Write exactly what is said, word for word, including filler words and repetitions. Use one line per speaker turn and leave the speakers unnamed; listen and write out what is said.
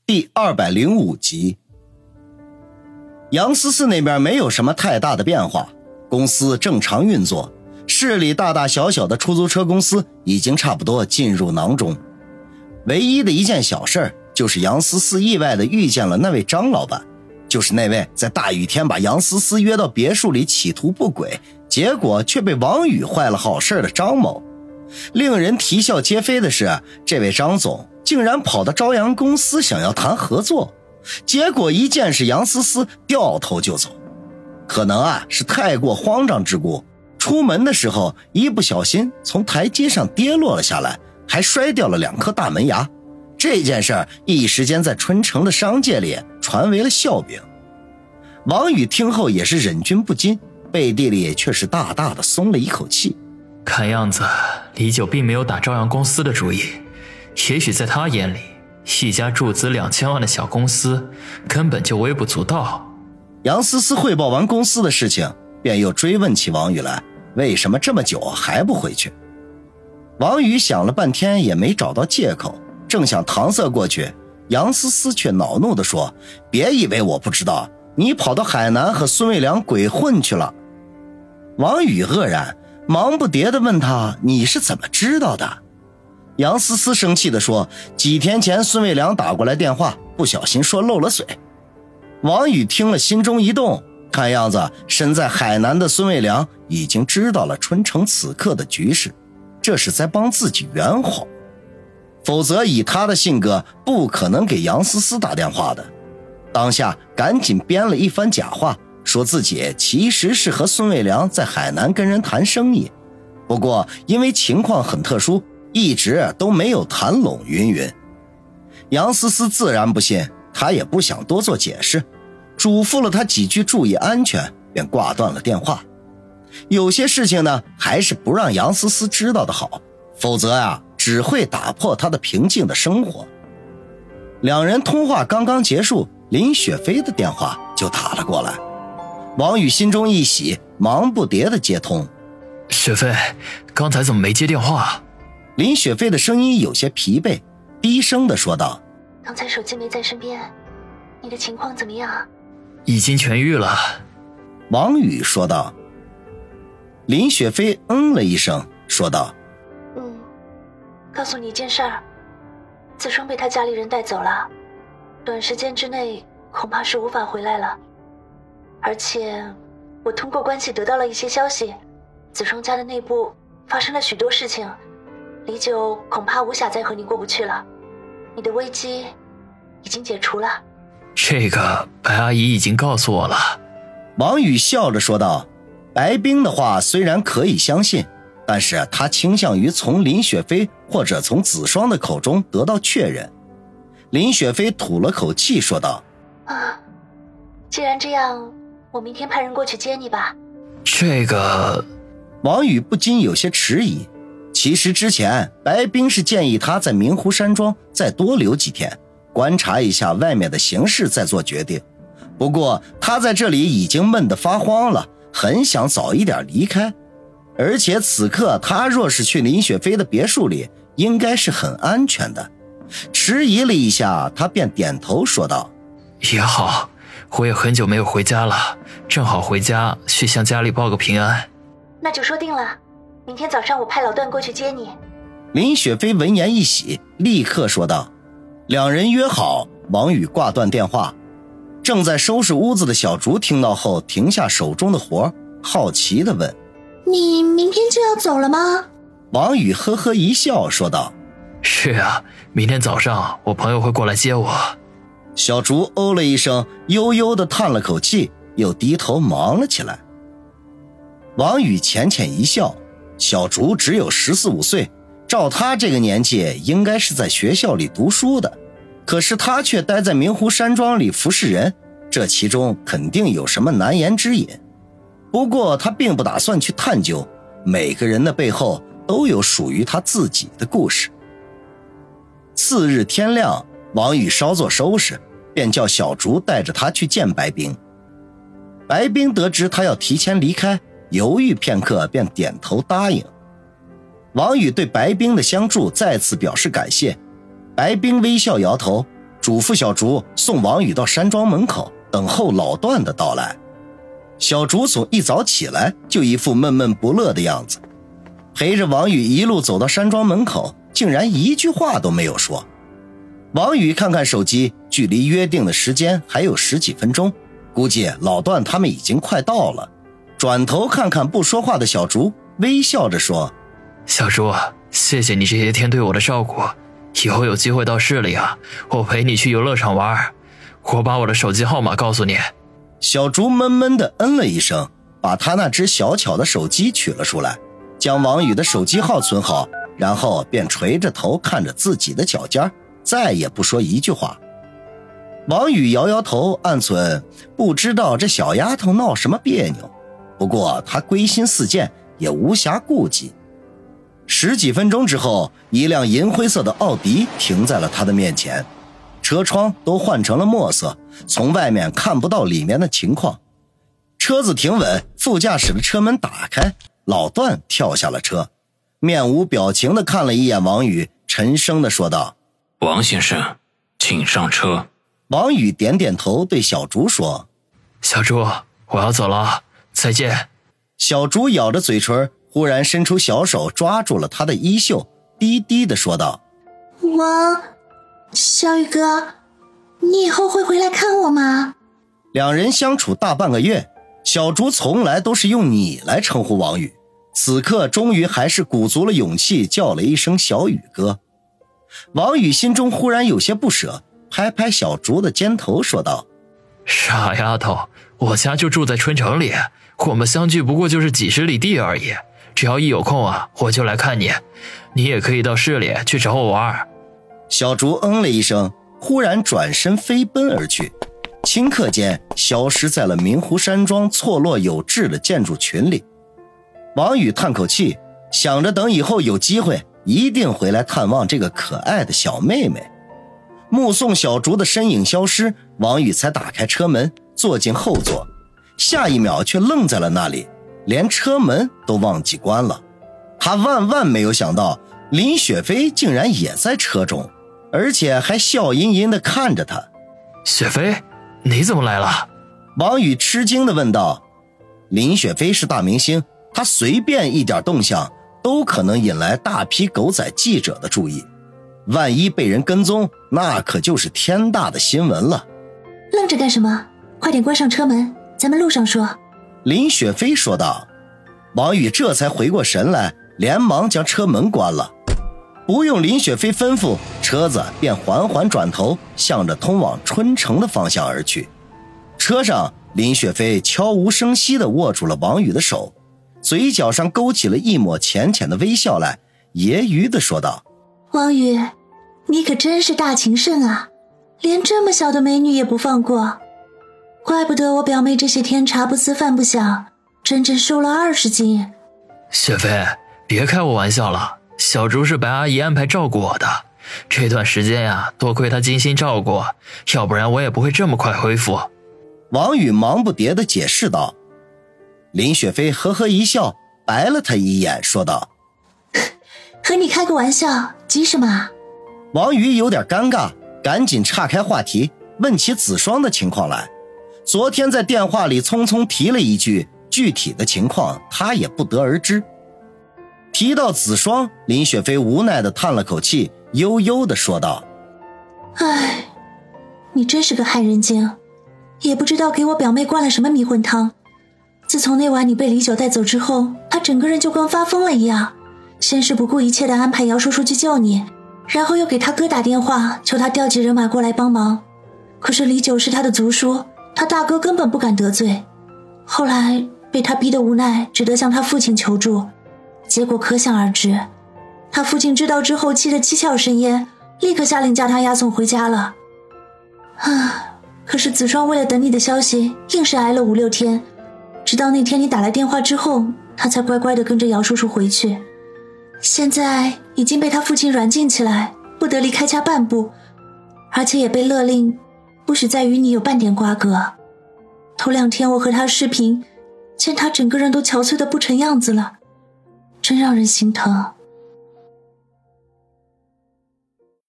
第二百零五集。杨思思那边没有什么太大的变化，公司正常运作，市里大大小小的出租车公司已经差不多进入囊中。唯一的一件小事就是杨思思意外地遇见了那位张老板，就是那位在大雨天把杨思思约到别墅里企图不轨，结果却被王宇坏了好事的张某。令人啼笑皆非的是，这位张总竟然跑到朝阳公司想要谈合作，结果一见是杨思思掉头就走。可能啊是太过慌张之故，出门的时候一不小心从台阶上跌落了下来，还摔掉了两颗大门牙。这件事一时间在春城的商界里传为了笑柄。王宇听后也是忍俊不禁，背地里却是大大的松了一口气。
看样子李九并没有打朝阳公司的主意，也许在他眼里，一家注资两千万的小公司根本就微不足道。
杨思思汇报完公司的事情，便又追问起王宇来，为什么这么久还不回去？王宇想了半天也没找到借口，正想搪塞过去，杨思思却恼怒地说：别以为我不知道，你跑到海南和孙卫良鬼混去了。王宇愕然，忙不迭地问他：你是怎么知道的？杨思思生气地说：几天前孙卫良打过来电话，不小心说漏了嘴。王宇听了心中一动，看样子身在海南的孙卫良已经知道了春城此刻的局势，这是在帮自己圆谎，否则以他的性格不可能给杨思思打电话的。当下赶紧编了一番假话，说自己其实是和孙卫良在海南跟人谈生意，不过因为情况很特殊，一直都没有谈拢云云。杨思思自然不信，他也不想多做解释，嘱咐了他几句注意安全，便挂断了电话。有些事情呢，还是不让杨思思知道的好，否则啊，只会打破他的平静的生活。两人通话刚刚结束，林雪飞的电话就打了过来。王宇心中一喜，忙不迭地接通。
雪飞，刚才怎么没接电话？
林雪飞的声音有些疲惫，低声地说道：
刚才手机没在身边，你的情况怎么样？
已经痊愈了。
王宇说道。林雪飞嗯了一声，说道：
嗯，告诉你一件事儿，子双被他家里人带走了，短时间之内恐怕是无法回来了。而且我通过关系得到了一些消息，子双家的内部发生了许多事情，李九恐怕无暇再和你过不去了，你的危机已经解除了。
这个白阿姨已经告诉我了。
王宇笑着说道。白冰的话虽然可以相信，但是他倾向于从林雪飞或者从子双的口中得到确认。林雪飞吐了口气说道：
啊，既然这样，我明天派人过去接你吧。
这个……
王宇不禁有些迟疑。其实之前白冰是建议他在明湖山庄再多留几天，观察一下外面的形势再做决定。不过他在这里已经闷得发慌了，很想早一点离开。而且此刻他若是去林雪飞的别墅里，应该是很安全的。迟疑了一下，他便点头说道：
也好，我也很久没有回家了，正好回家去向家里报个平安。
那就说定了，明天早上我派老段过去接你。
林雪飞闻言一喜，立刻说道。两人约好。王宇挂断电话。正在收拾屋子的小竹听到后停下手中的活，好奇地问：
你明天就要走了吗？
王宇呵呵一笑说道：
是啊，明天早上我朋友会过来接我。
小竹哦了一声，悠悠地叹了口气，又低头忙了起来。王宇浅浅一笑，小竹只有十四五岁，照他这个年纪应该是在学校里读书的，可是他却待在明湖山庄里服侍人，这其中肯定有什么难言之隐。不过他并不打算去探究，每个人的背后都有属于他自己的故事。次日天亮，王宇稍作收拾，便叫小竹带着他去见白冰。白冰得知他要提前离开，犹豫片刻便点头答应。王宇对白冰的相助再次表示感谢，白冰微笑摇头， 嘱咐小竹送王宇到山庄门口等候老段的到来。小竹从一早起来就一副闷闷不乐的样子，陪着王宇一路走到山庄门口，竟然一句话都没有说。王宇看看手机，距离约定的时间还有十几分钟，估计老段他们已经快到了。转头看看不说话的小竹，微笑着说：
小竹，谢谢你这些天对我的照顾，以后有机会到市里啊，我陪你去游乐场玩，我把我的手机号码告诉你。
小竹闷闷地嗯了一声，把他那只小巧的手机取了出来，将王宇的手机号存好，然后便垂着头看着自己的脚尖，再也不说一句话。王宇摇摇头，暗忖不知道这小丫头闹什么别扭，不过他归心似箭，也无暇顾及。十几分钟之后，一辆银灰色的奥迪停在了他的面前，车窗都换成了墨色，从外面看不到里面的情况。车子停稳，副驾驶的车门打开，老段跳下了车，面无表情地看了一眼王宇，沉声地说道：
王先生，请上车。
王宇点点头，对小竹说：
小竹，我要走了，再见。
小竹咬着嘴唇，忽然伸出小手抓住了他的衣袖，低低地说道：
王小宇哥，你以后会回来看我吗？
两人相处大半个月，小竹从来都是用你来称呼王宇，此刻终于还是鼓足了勇气叫了一声小宇哥。王宇心中忽然有些不舍，拍拍小竹的肩头说道：
傻丫头，我家就住在春城里，我们相距不过就是几十里地而已，只要一有空啊，我就来看你，你也可以到市里去找我玩。
小竹嗯了一声，忽然转身飞奔而去，顷刻间消失在了明湖山庄错落有致的建筑群里。王宇叹口气，想着等以后有机会一定回来探望这个可爱的小妹妹。目送小竹的身影消失，王宇才打开车门坐进后座，下一秒却愣在了那里，连车门都忘记关了。他万万没有想到林雪飞竟然也在车中，而且还笑吟吟地看着他。
雪飞，你怎么来了？
王宇吃惊地问道。林雪飞是大明星，他随便一点动向都可能引来大批狗仔记者的注意，万一被人跟踪，那可就是天大的新闻了。
愣着干什么？快点关上车门，咱们路上说。
林雪飞说道。王宇这才回过神来，连忙将车门关了。不用林雪飞吩咐，车子便缓缓转头，向着通往春城的方向而去。车上，林雪飞悄无声息地握住了王宇的手，嘴角上勾起了一抹浅浅的微笑来，揶揄地说道：
王宇，你可真是大情圣啊，连这么小的美女也不放过，怪不得我表妹这些天茶不思饭不想，整整瘦了二十斤。
雪飞，别开我玩笑了，小竹是白阿姨安排照顾我的，这段时间呀，多亏她精心照顾，要不然我也不会这么快恢复。
王宇忙不迭地解释道。林雪飞呵呵一笑，白了他一眼，说道：
和你开个玩笑，急什么？
王宇有点尴尬，赶紧岔开话题，问起子双的情况来。昨天在电话里匆匆提了一句，具体的情况他也不得而知。提到子双，林雪飞无奈地叹了口气，悠悠地说道：
唉，你真是个害人精，也不知道给我表妹灌了什么迷魂汤。自从那晚你被李九带走之后，她整个人就跟发疯了一样，先是不顾一切地安排姚叔叔去救你，然后又给他哥打电话求他调集人马过来帮忙。可是李九是他的族叔，他大哥根本不敢得罪，后来被他逼得无奈，只得向他父亲求助，结果可想而知。他父亲知道之后气得七窍生烟，立刻下令将他押送回家了。啊，可是子双为了等你的消息，硬是挨了五六天，直到那天你打来电话之后，他才乖乖地跟着姚叔叔回去。现在已经被他父亲软禁起来，不得离开家半步，而且也被勒令不许再与你有半点瓜葛。头两天我和他视频，见他整个人都憔悴得不成样子了，真让人心疼。